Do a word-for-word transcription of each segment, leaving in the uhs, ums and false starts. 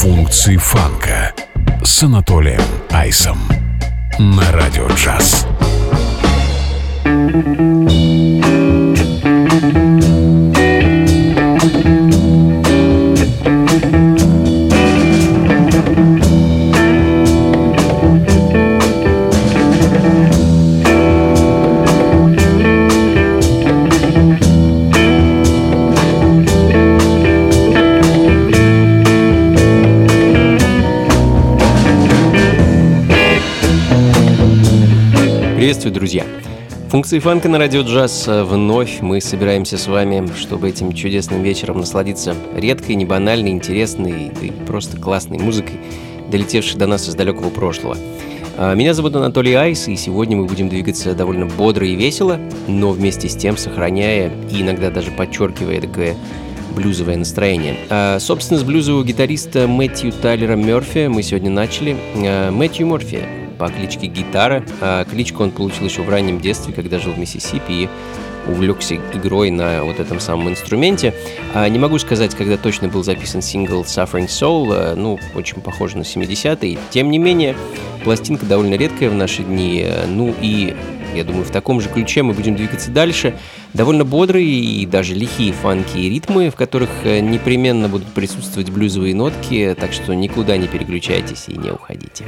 Функции фанка с Анатолием Айсом на Радио Джаз. Приветствую, друзья! Функции фанка на Радио Джаз. Вновь мы собираемся с вами, чтобы этим чудесным вечером насладиться редкой, небанальной, интересной, да и просто классной музыкой, долетевшей до нас из далекого прошлого. Меня зовут Анатолий Айс, и сегодня мы будем двигаться довольно бодро и весело, но вместе с тем сохраняя и иногда даже подчеркивая такое блюзовое настроение. А, собственно, с блюзового гитариста Мэтью Тайлера Мёрфи мы сегодня начали. А, Мэтью Мёрфи по кличке Гитара. А кличку он получил еще в раннем детстве, когда жил в Миссисипи и увлекся игрой на вот этом самом инструменте. А не могу сказать, когда точно был записан сингл Suffering Soul, ну, очень похоже на семидесятые. Тем не менее, пластинка довольно редкая в наши дни. Ну и, я думаю, в таком же ключе мы будем двигаться дальше. Довольно бодрые и даже лихие фанки и ритмы, в которых непременно будут присутствовать блюзовые нотки, так что никуда не переключайтесь и не уходите.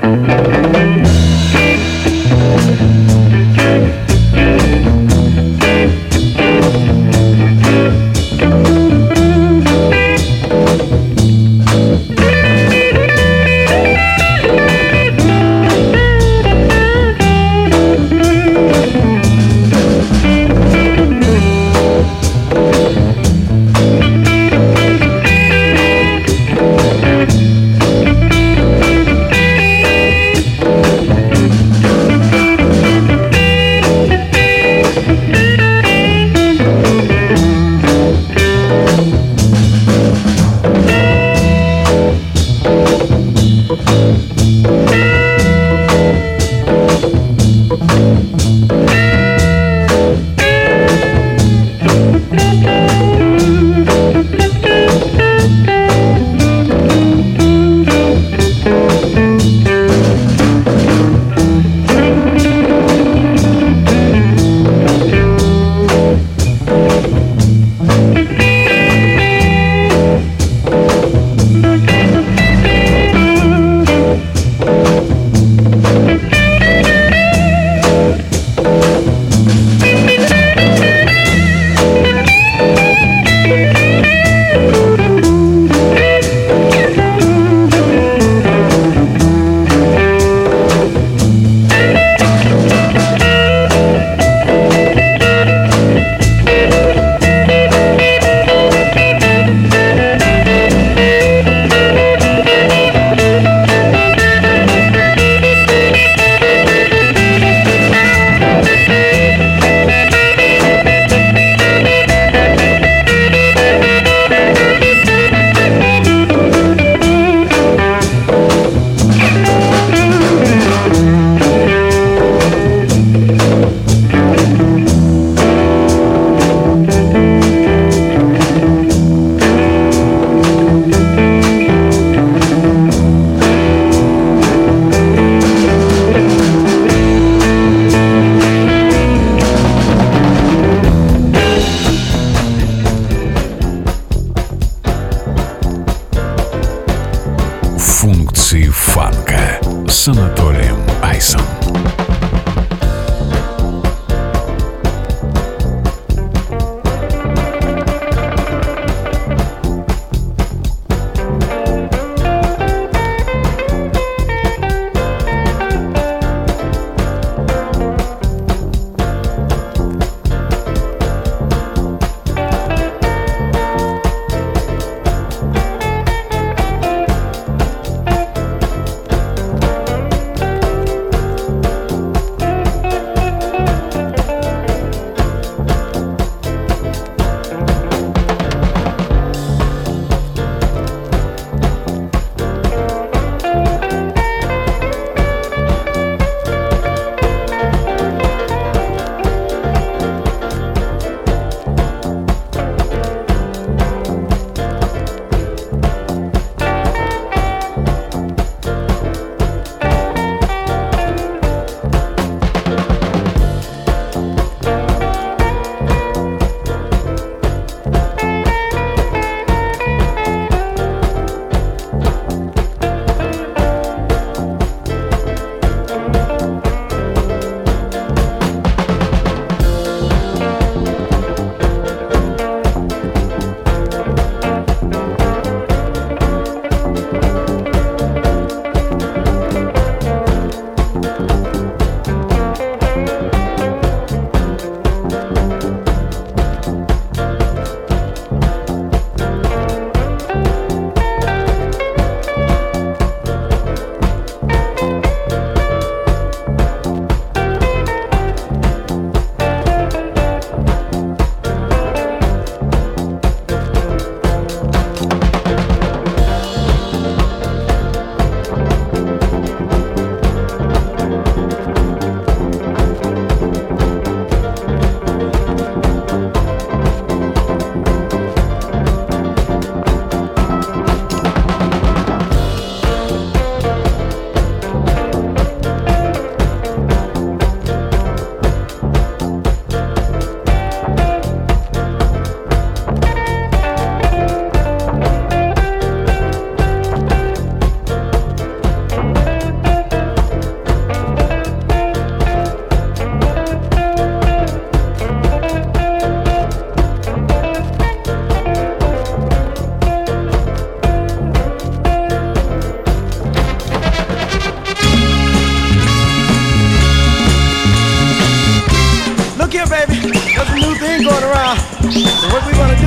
Функции фанка с Анатолием Айсом.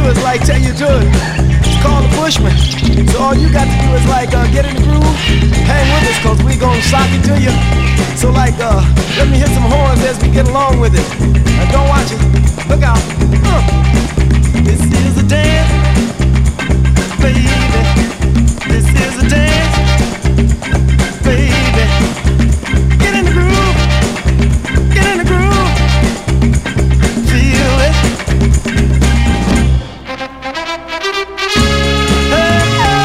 is like tell you to it. It's called the Bushman. So all you got to do is like uh, get in the groove, hang with us, cause we gon' sock it to you. So like, uh, let me hit some horns as we get along with it. Now don't watch it. Look out. Uh. This is a dance, baby. This is a dance, baby. Get in the groove. Get in the groove. Feel it. Hey,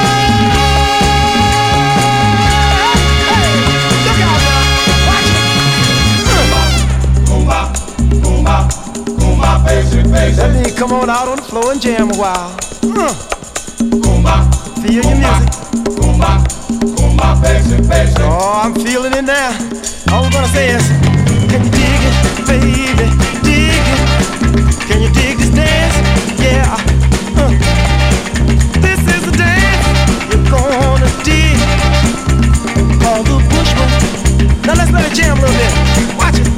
hey, look out now. Watch it. Kumba, kumba, kumba, basic, basic. Let me come on out on the floor and jam a while. Uh. Feel your music. Kumba, kumba, basic, basic. Oh, I'm feeling it now. All I'm gonna say is, can you dig it, baby? Dig it. Can you dig this dance? Yeah. Uh. This is the dance you're gonna dig. Call the Bushman. Now let's let it jam a little bit. Watch it.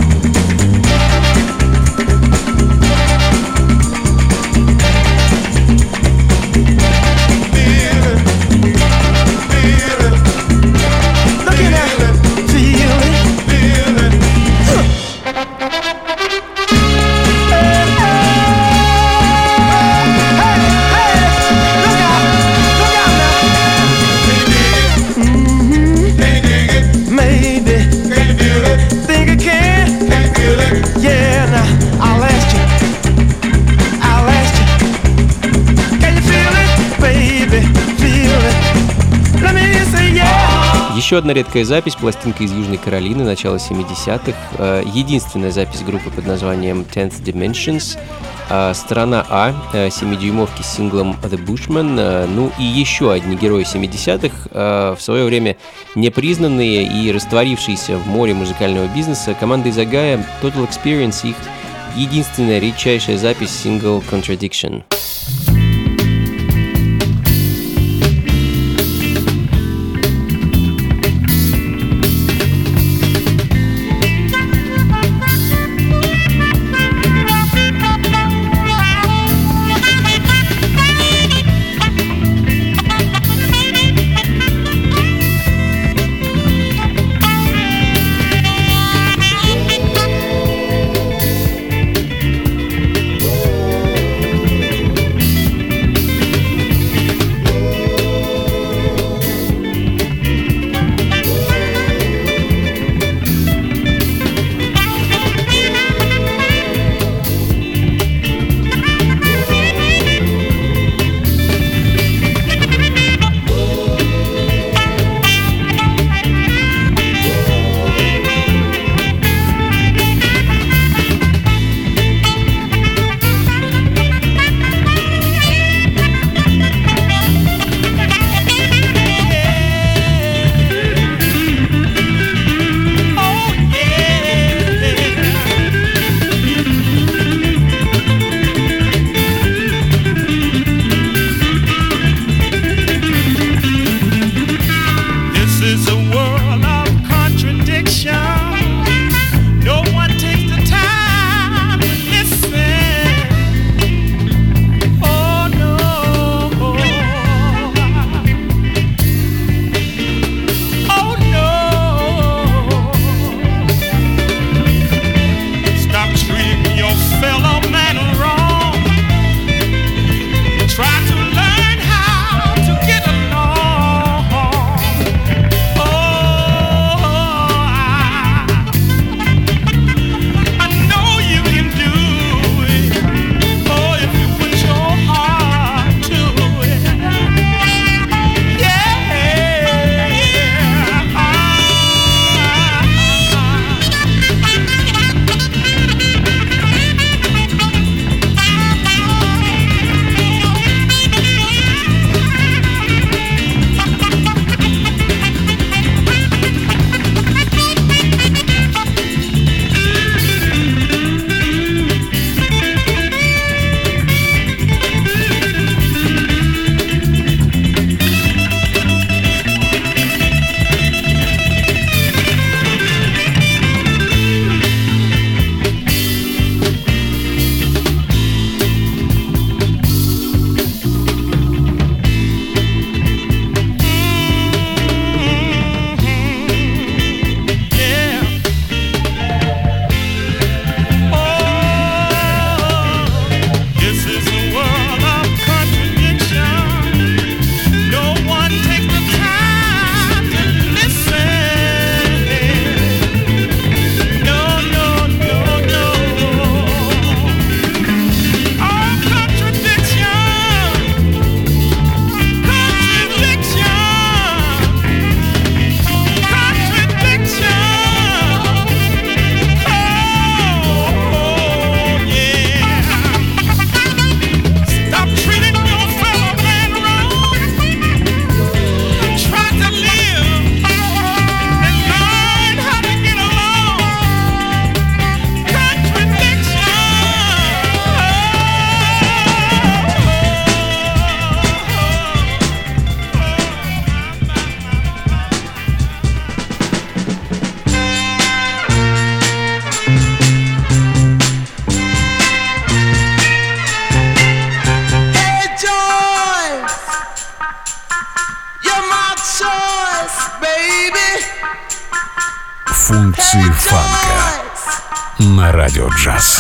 Еще одна редкая запись, пластинка из Южной Каролины, начала семидесятых. Единственная запись группы под названием Tenth Dimensions. Сторона А, семидюймовки с синглом The Bushman. Ну и еще одни герои семидесятых, в свое время непризнанные и растворившиеся в море музыкального бизнеса. Команда из Огайо, Total Experience, их единственная редчайшая запись, сингл Contradiction. Функции фанка на радио джаз.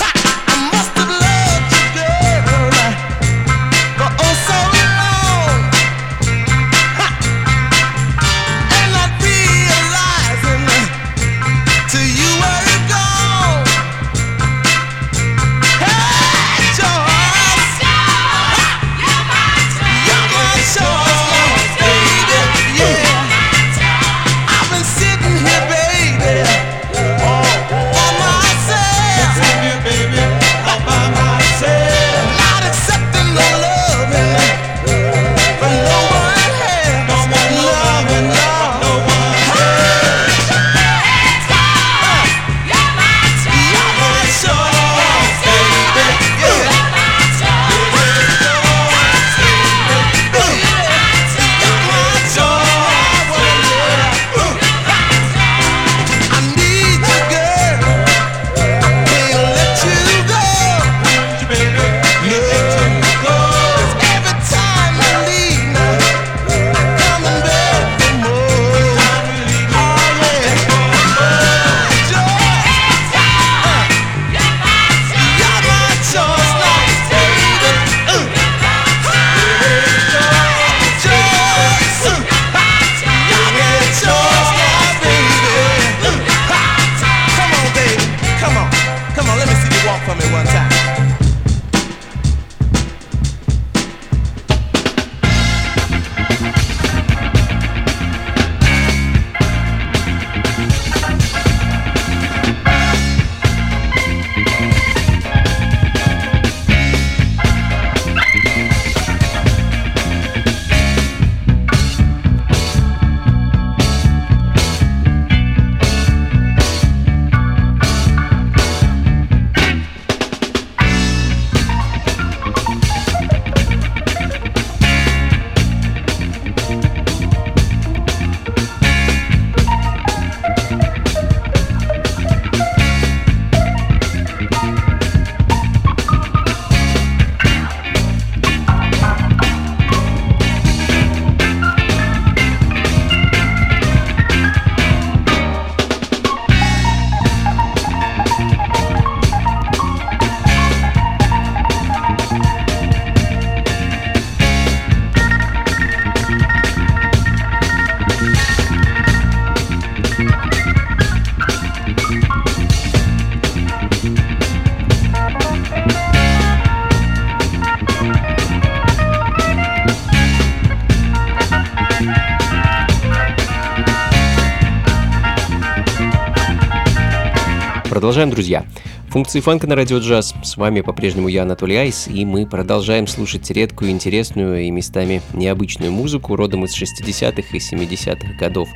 Продолжаем, друзья. Функции фанка на радио джаз. С вами по-прежнему я, Анатолий Айс, и мы продолжаем слушать редкую, интересную и местами необычную музыку родом из шестидесятых и семидесятых годов.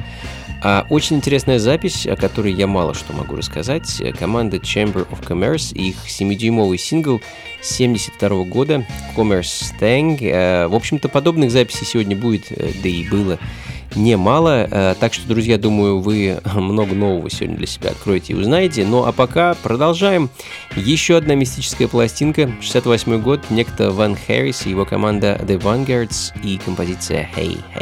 А очень интересная запись, о которой я мало что могу рассказать. Команда Chamber of Commerce и их семидюймовый сингл семьдесят второго года Commerce Stang. В общем-то, подобных записей сегодня будет, да и было немало, так что, друзья, думаю, вы много нового сегодня для себя откроете и узнаете. Ну а пока продолжаем. Еще одна мистическая пластинка, шестьдесят восьмой год, некто Ван Харрис и его команда The Vanguards и композиция Hey Hey.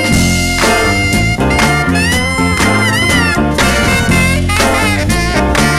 Hey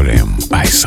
Анатолием Айсом.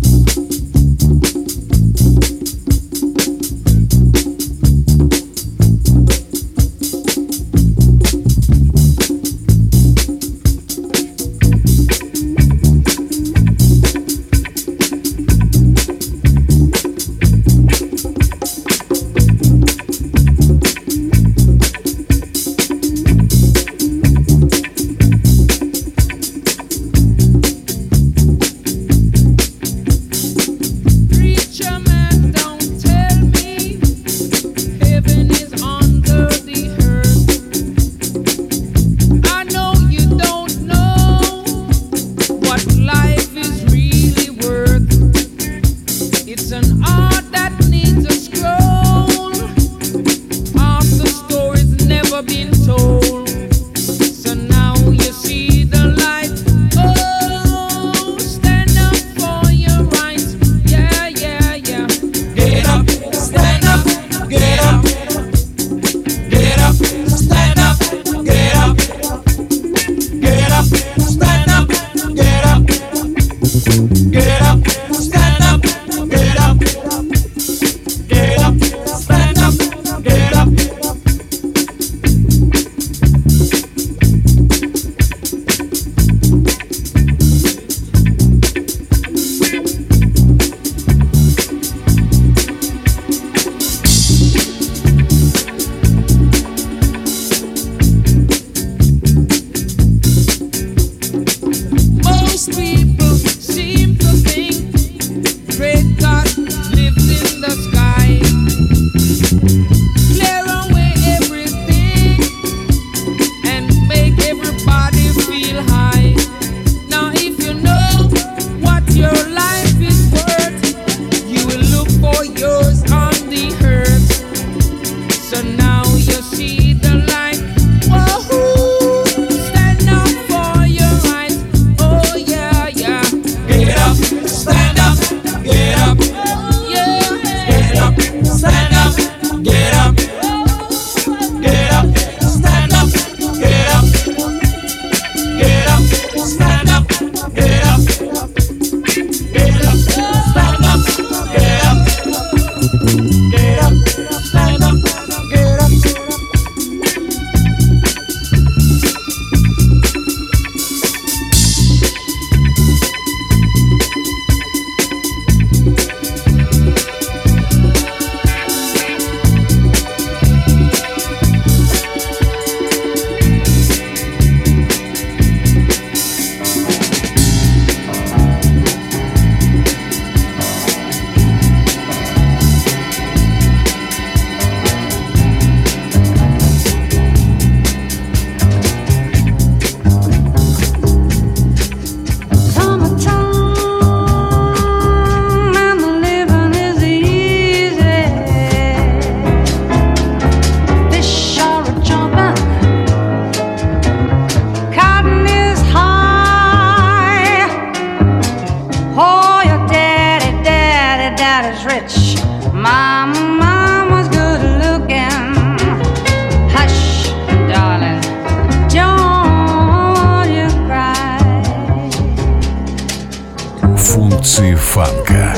Функции фанка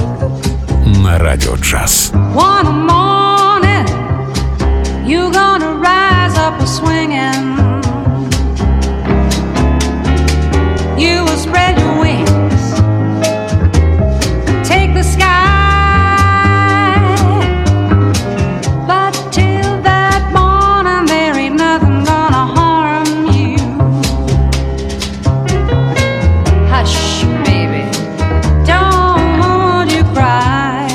на радио джаз. One morning you're gonna rise up a swinging. You will spread your wings, take the sky. But till that morning there ain't nothing gonna harm you. Hush, baby, don't you cry.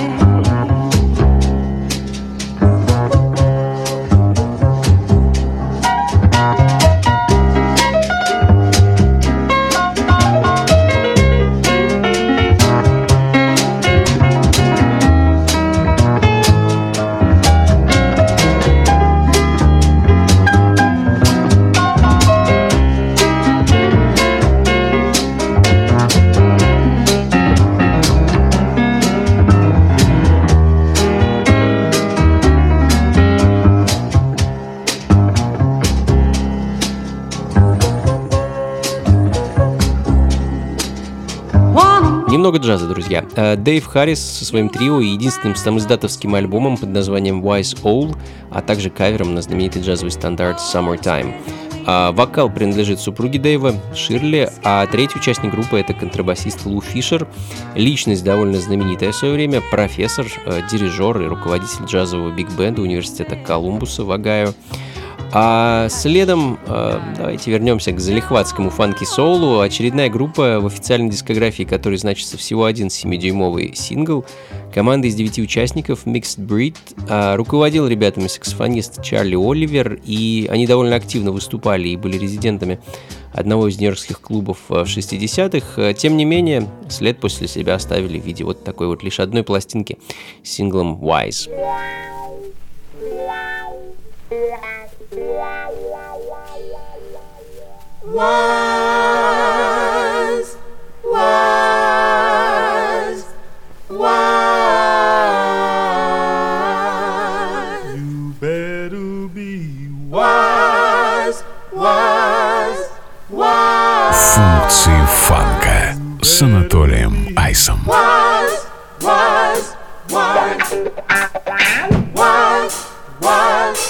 Немного джаза, друзья. Дэйв Харрис со своим трио и единственным самоиздатовским альбомом под названием Wise Owl, а также кавером на знаменитый джазовый стандарт Summertime. А вокал принадлежит супруге Дэйва, Ширли, а третий участник группы — это контрабасист Лу Фишер, личность довольно знаменитая в свое время, профессор, дирижер и руководитель джазового биг-бенда университета Колумбуса в Огайо. А следом, давайте вернемся к залихватскому фанки-соулу. Очередная группа, в официальной дискографии которой значится всего один семидюймовый сингл. Команда из девяти участников Mixed Breed. Руководил ребятами саксофонист Чарли Оливер, и они довольно активно выступали и были резидентами одного из нью-йоркских клубов в шестидесятых. Тем не менее, след после себя оставили в виде вот такой вот лишь одной пластинки с синглом Wise. Wise, wise, wise. You better be wise, wise, wise. Функции фанка с Анатолием Айсом. Wise, wise, wise, wise, wise.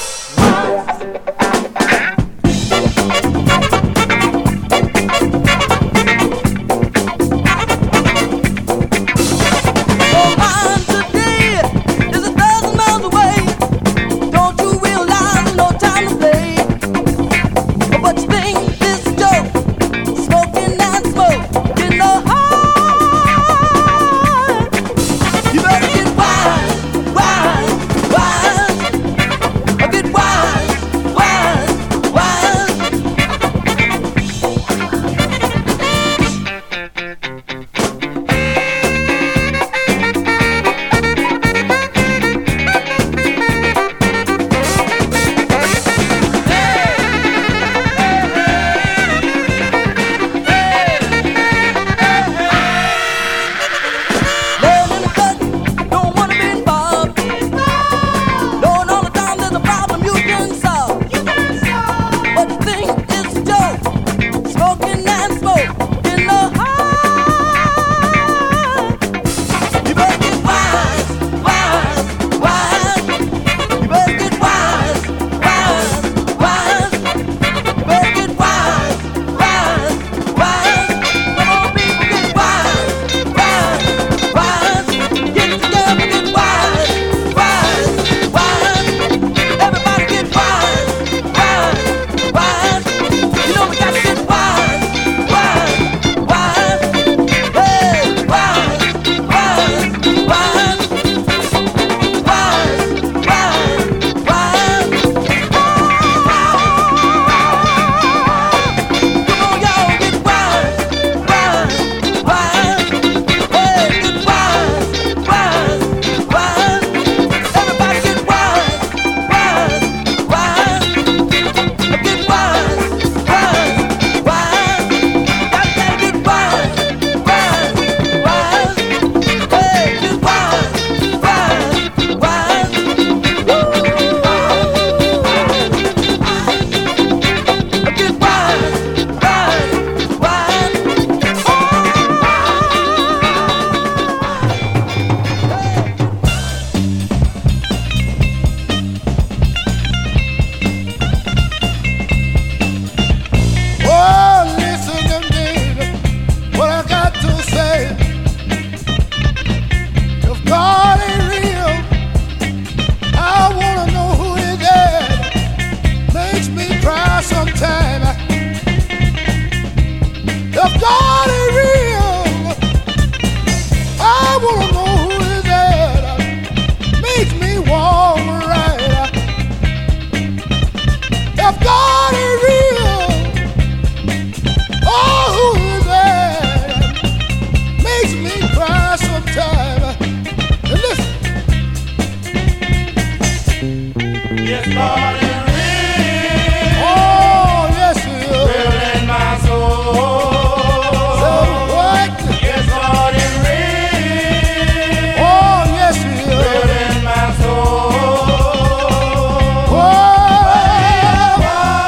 Whoa.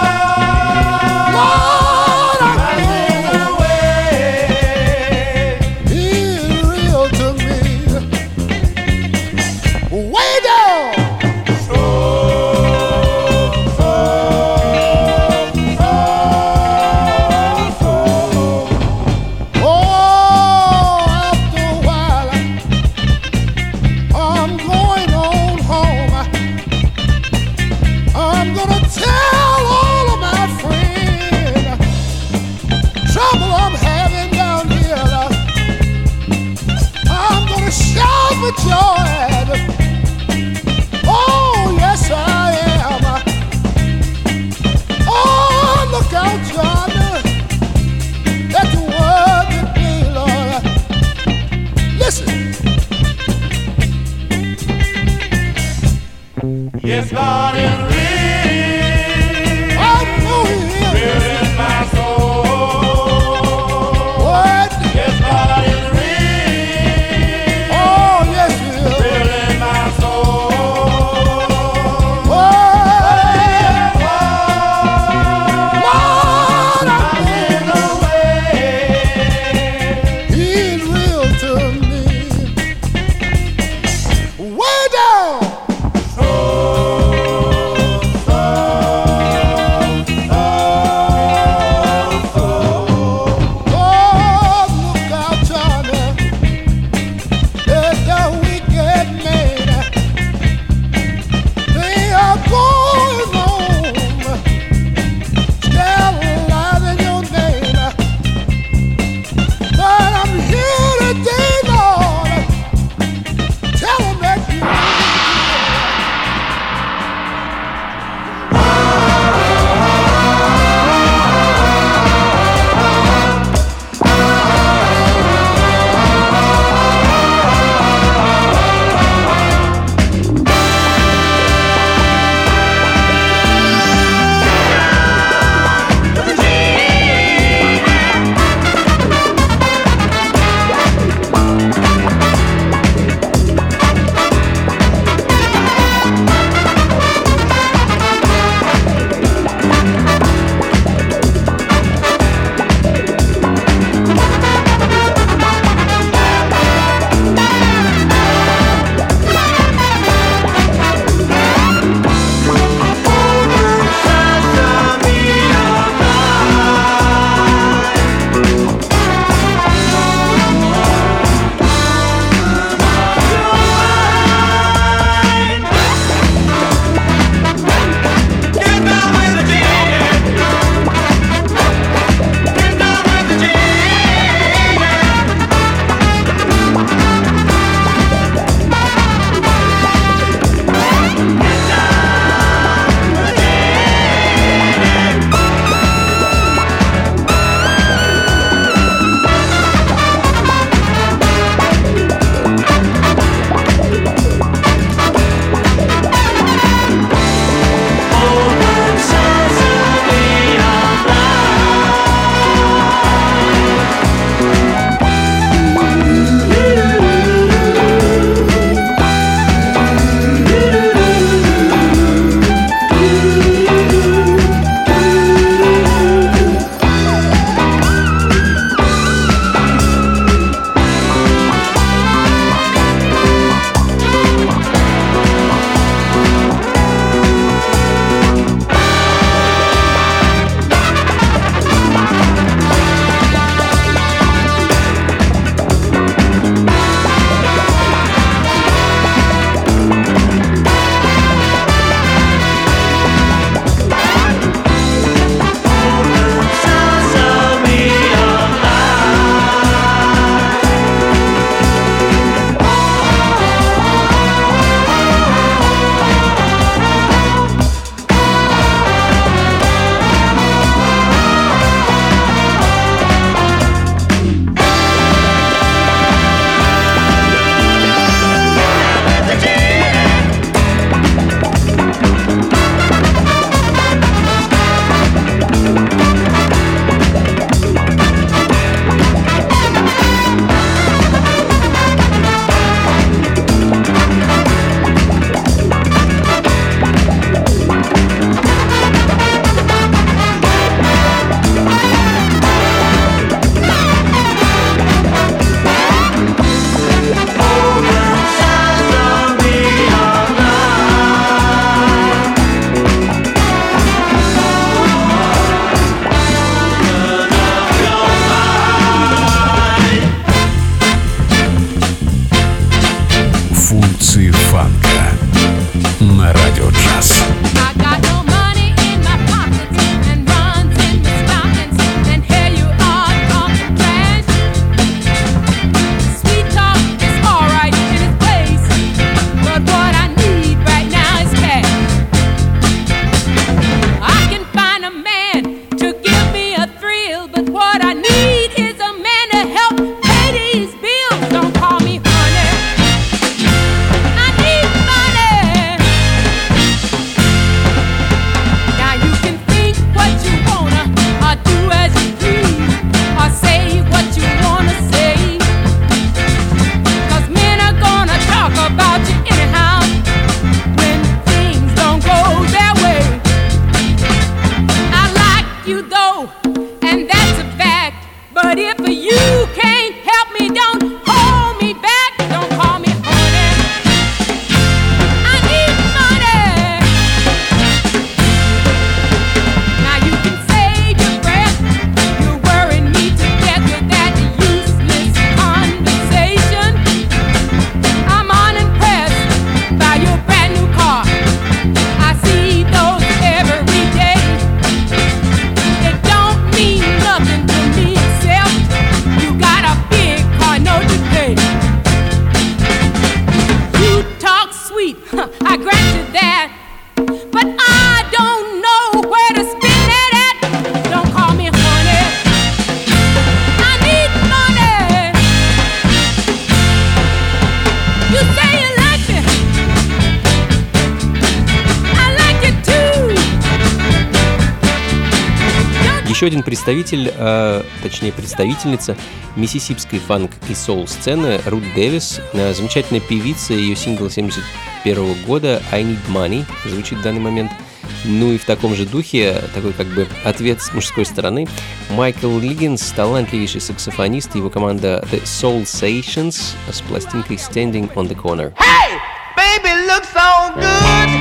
Еще один представитель, э, точнее представительница миссисипской фанк и соул-сцены Рут Дэвис, э, замечательная певица, ее сингл семьдесят первого года «I Need Money» звучит в данный момент. Ну и в таком же духе, такой как бы ответ с мужской стороны, Майкл Лиггинс, талантливейший саксофонист, его команда The Soulsations с пластинкой Standing on the Corner. Hey, baby, look so good.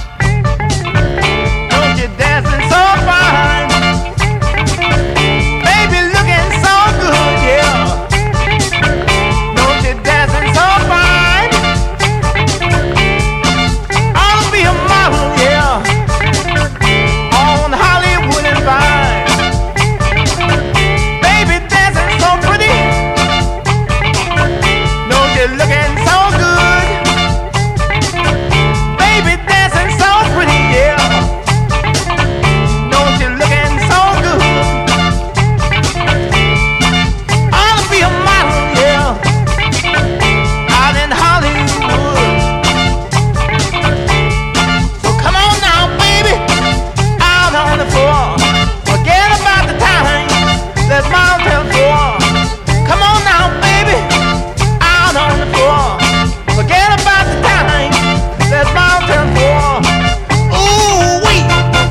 Don't you dancing so fine. Baby, looking so good, yeah. Don't you dancing so fine. I'll be a model, yeah. On Hollywood and Vine. Baby, dancing so pretty. Don't you looking so good. Baby, dancing so pretty, yeah. Don't you looking so good. I'll be a model, yeah. Out in Hollywood. So come on now, baby. Out on the floor. Forget about the time. Let's mountain floor. Come on now, baby. Out on the floor. Forget about the time. Let's mountain floor. Ooh wee.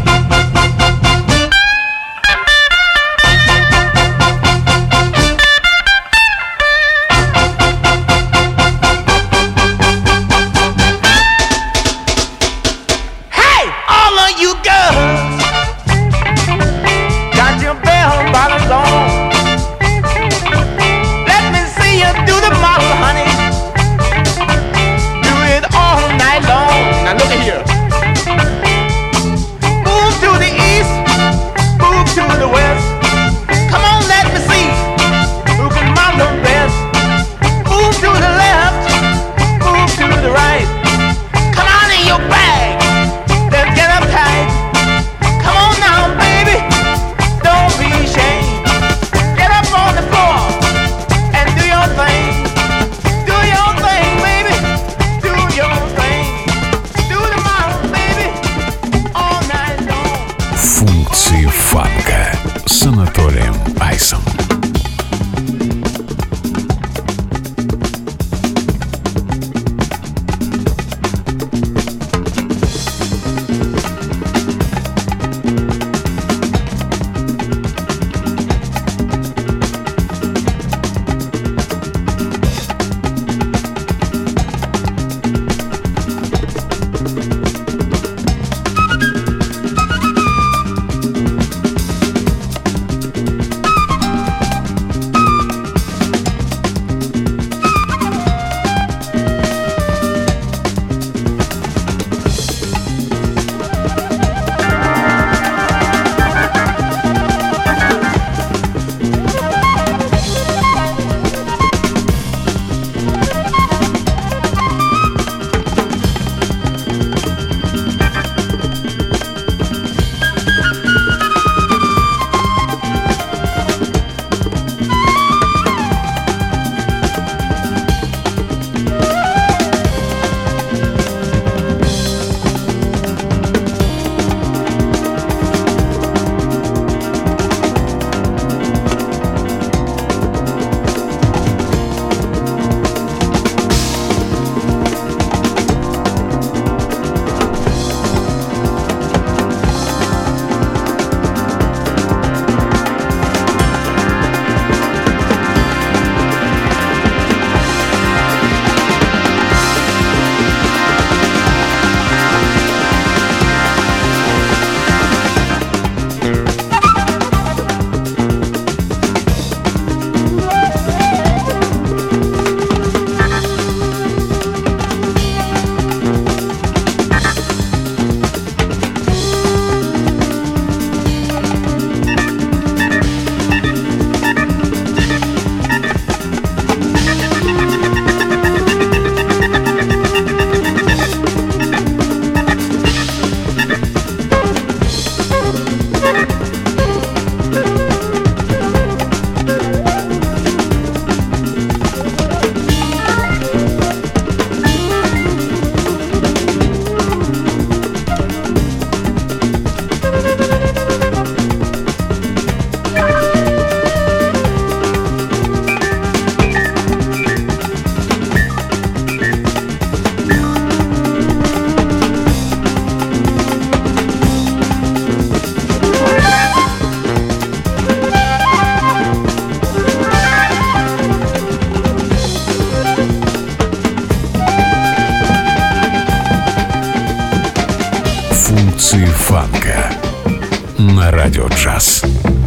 Hey, all of you girls, got your bell bottoms on. Let me see you do the model, honey. Do it all night long. Now look at here. Move to the east, move to the west. Come on, let me see who can model best. Move to the left, move to the right. Come on in your bag, let's get up tight. Come on now, baby, don't be ashamed. Get up on the floor and do your thing. Do your thing, baby, do your thing. Do the model, baby, all night long. Функции фанка с Анатолием Айсом. на Радио Джаз.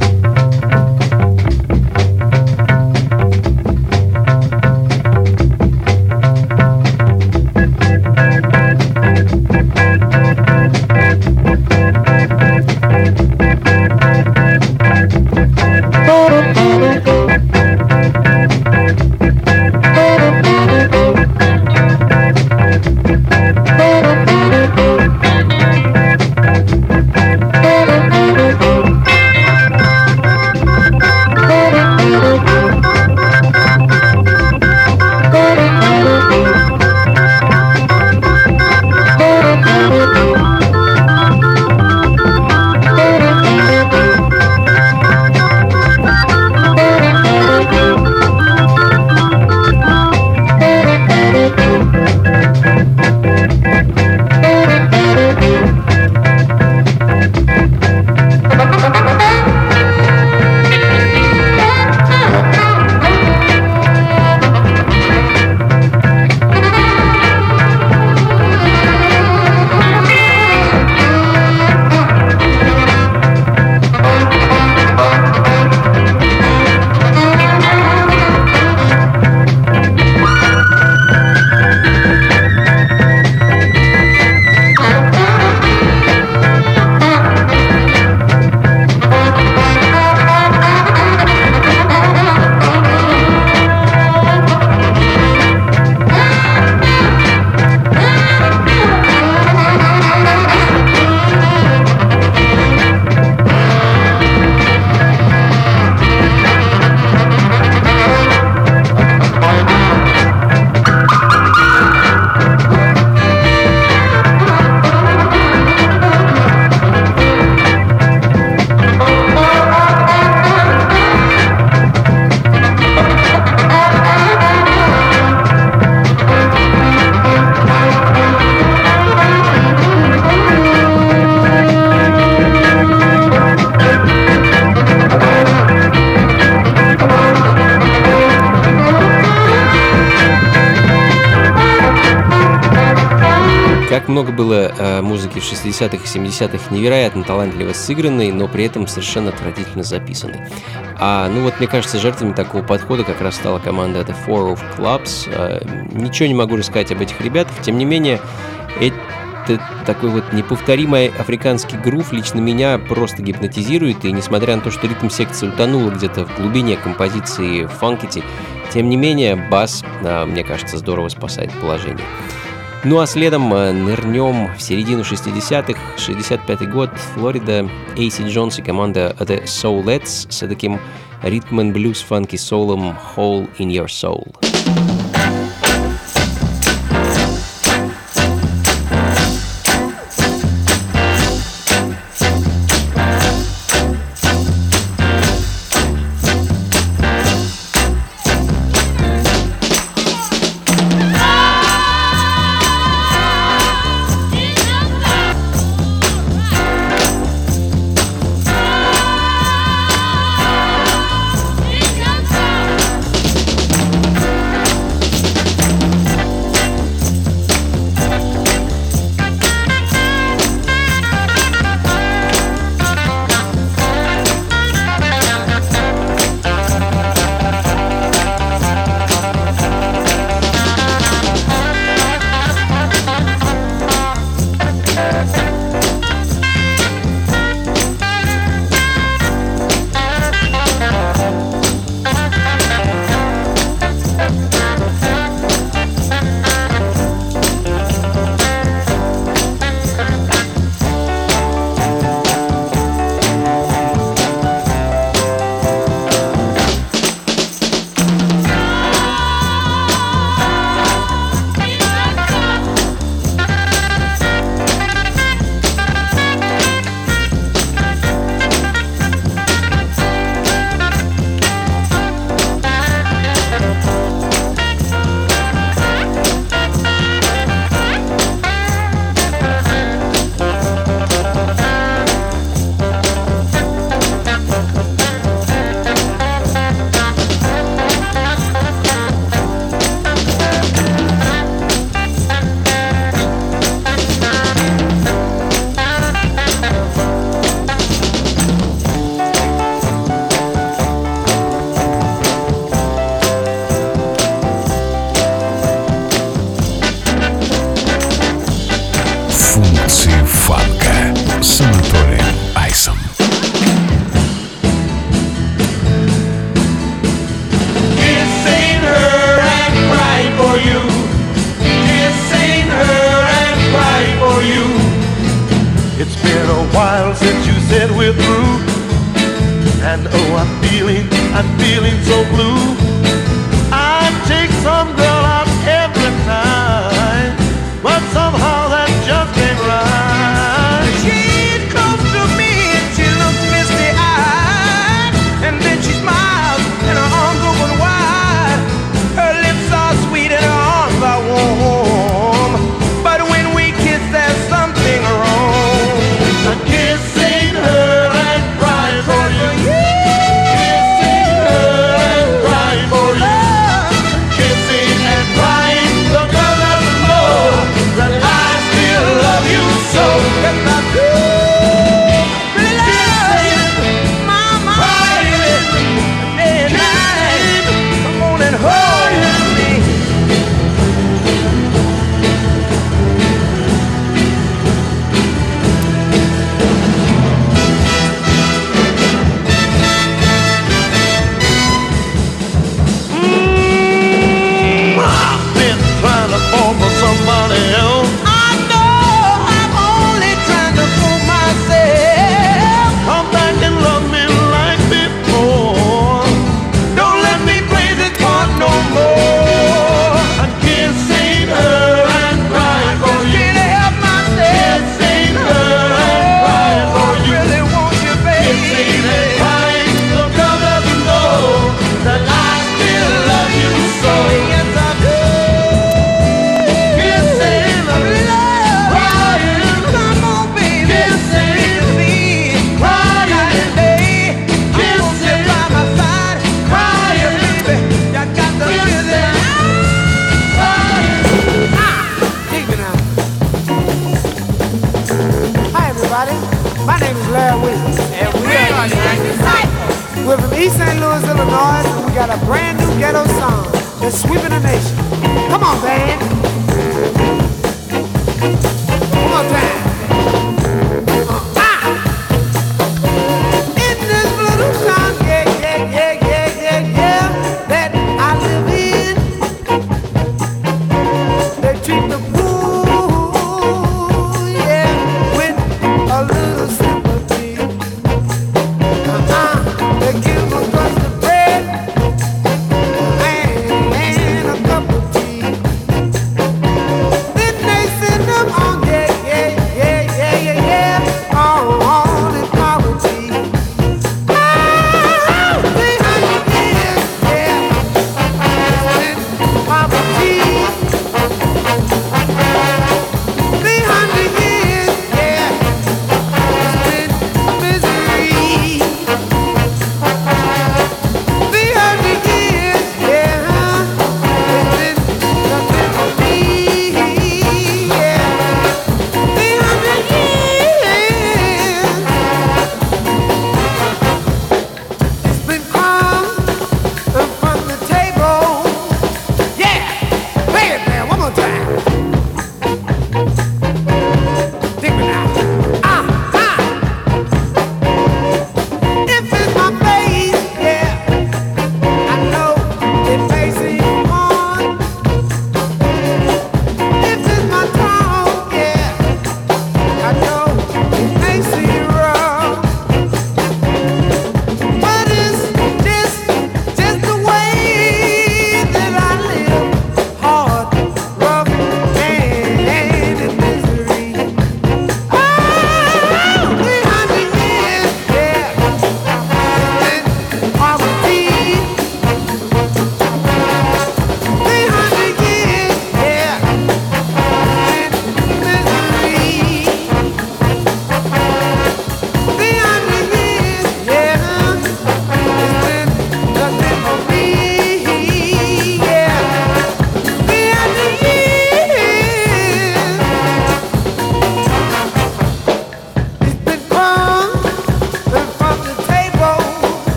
Как много было э, музыки в шестидесятых и семидесятых, невероятно талантливо сыгранной, но при этом совершенно отвратительно записанной. А, ну вот, мне кажется, жертвами такого подхода как раз стала команда The Four of Clubs. Э, ничего не могу рассказать об этих ребятах, тем не менее, это такой вот неповторимый африканский грув лично меня просто гипнотизирует, и несмотря на то, что ритм-секция утонула где-то в глубине композиции фанкити, тем не менее, бас, э, мне кажется, здорово спасает положение. Ну а следом нырнем в середину шестидесятых, шестьдесят пятый год, Флорида, Эй Си Джонс и команда The Soulettes с таким ритм and блюз фанки соулом Hole in Your Soul. Thank you. and oh, I'm feeling, I'm feeling so blue. I take some girl out every night, but somehow that just ain't right. She's close to me and she looks misty-eyed, and then she smiles and her arms open wide. Her lips are sweet and her arms are warm, but when we kiss there's something wrong. I'm kissing her and crying for you. Kissing her and crying for you. Kissing and crying, the girl doesn't know that I still love you so. Yes, I do. Kissing, mama, crying, day and night. Come on and hold me. I've been trying to fall for somebody else. I know I'm only trying to fool myself. Come back and love me like before. Don't let me play this part no more. I'm kissing her and crying for you. Can't help myself. Kissing her and crying for you. I really want you, baby. Kissing and crying, the girl doesn't know that I still love you so. Yes, I do. Kissing, crying, come on, baby. Kissing, crying, baby. Kissing, by my side, crying, baby. You got to kiss it. Dig me now. Hi, everybody. My name is Larry Williams, and we are we're from East Saint Louis, Illinois, and we got a brand new ghetto song that's sweeping the nation. Come on, band. One more time. Uh, ah! In this little town, yeah, yeah, yeah, yeah, yeah, yeah, that I live in, they treat the poor, yeah, with a little sympathy. Uh-uh, they give a crust of bread and, and a cup of tea.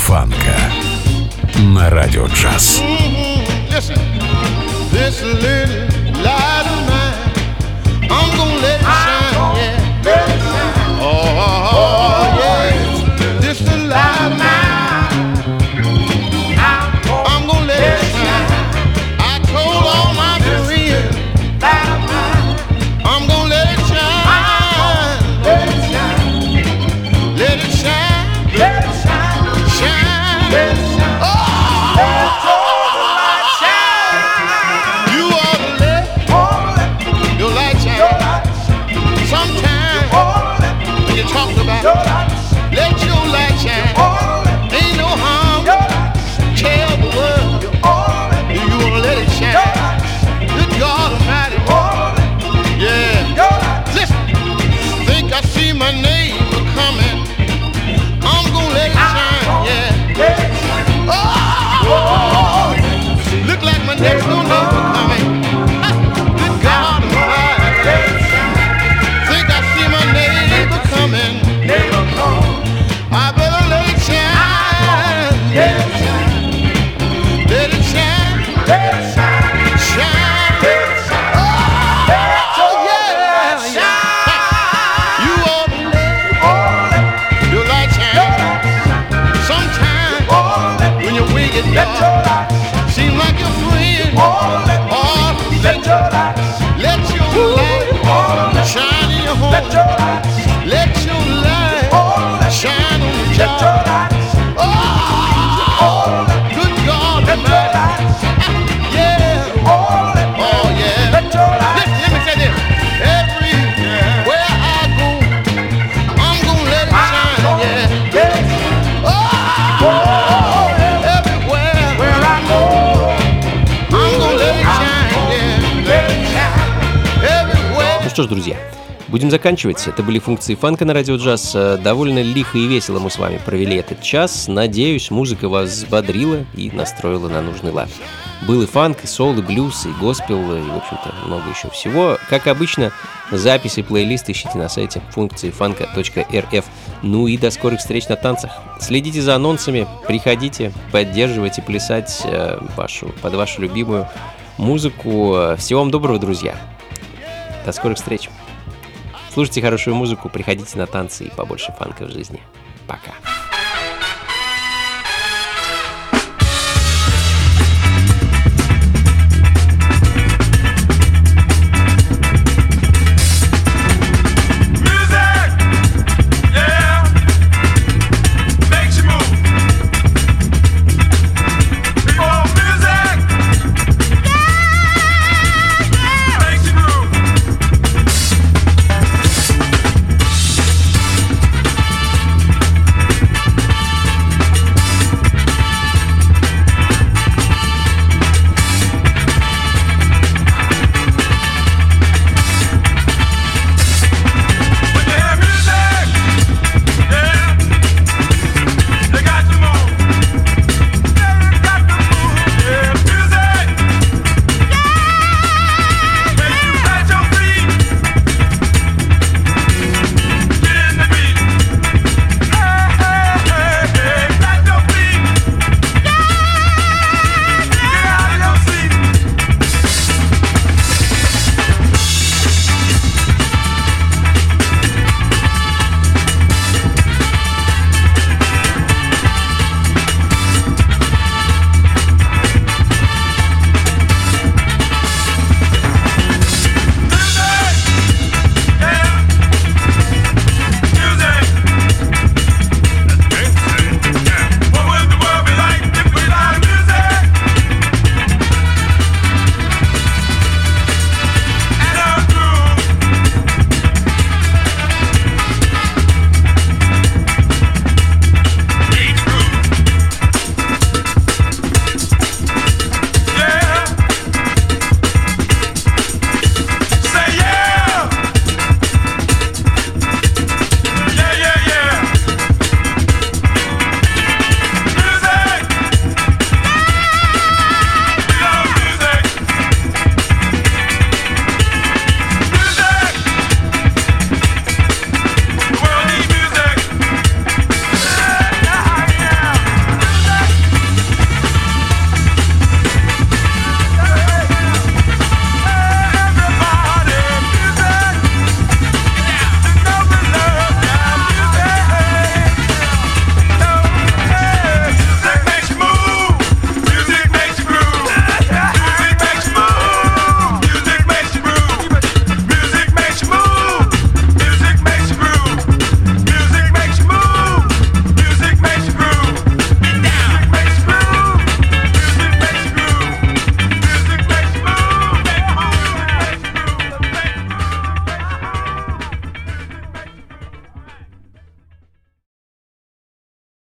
фанка на Радио Джаз. Listen, this little light of mine, I'm gonna let it shine, yeah. Let it shine. Oh, oh, oh, yeah. This little light of mine, I'm gonna let it shine. I told all my friends, I'm gonna let it shine. Let it shine. Let it shine. Let it shine. Shine. Let it shine. Oh. Talk about let your light shine. Ain't no harm. Tell the world you wanna let it shine. Good God Almighty. Yeah. Listen. Think I see my neighbor coming. I'm gonna let it shine. Yeah. Oh. Look like my next door neighbor coming. Good God Almighty. Think I see my neighbor coming. I better let it shine. Let it shine. Let it shine. Let it shine. Shine. Let it shine. Oh, yeah. Shine. You ought to let your light shine. Sometimes when your way gets dark, seem like your friend. Oh, let your light shine in your home. Let your light shine on the job. Oh, good God Almighty. Yeah. Oh, yeah. Listen, let me say this. Everywhere I go, I'm gonna let it shine. Yeah. Oh, everywhere where I go, I'm gonna let it shine. Yeah. Everywhere. Ну что ж, друзья, будем заканчивать. Это были функции фанка на Радио Джаз. Довольно лихо и весело мы с вами провели этот час. Надеюсь, музыка вас взбодрила и настроила на нужный лад. Был и фанк, и соул, и блюз, и госпел, и, в общем-то, много еще всего. Как обычно, записи, плейлист ищите на сайте функции фанка точка эр эф. Ну и до скорых встреч на танцах. Следите за анонсами, приходите, поддерживайте, плясать э, вашу, под вашу любимую музыку. Всего вам доброго, друзья. До скорых встреч. Слушайте хорошую музыку, приходите на танцы и побольше фанка в жизни. Пока.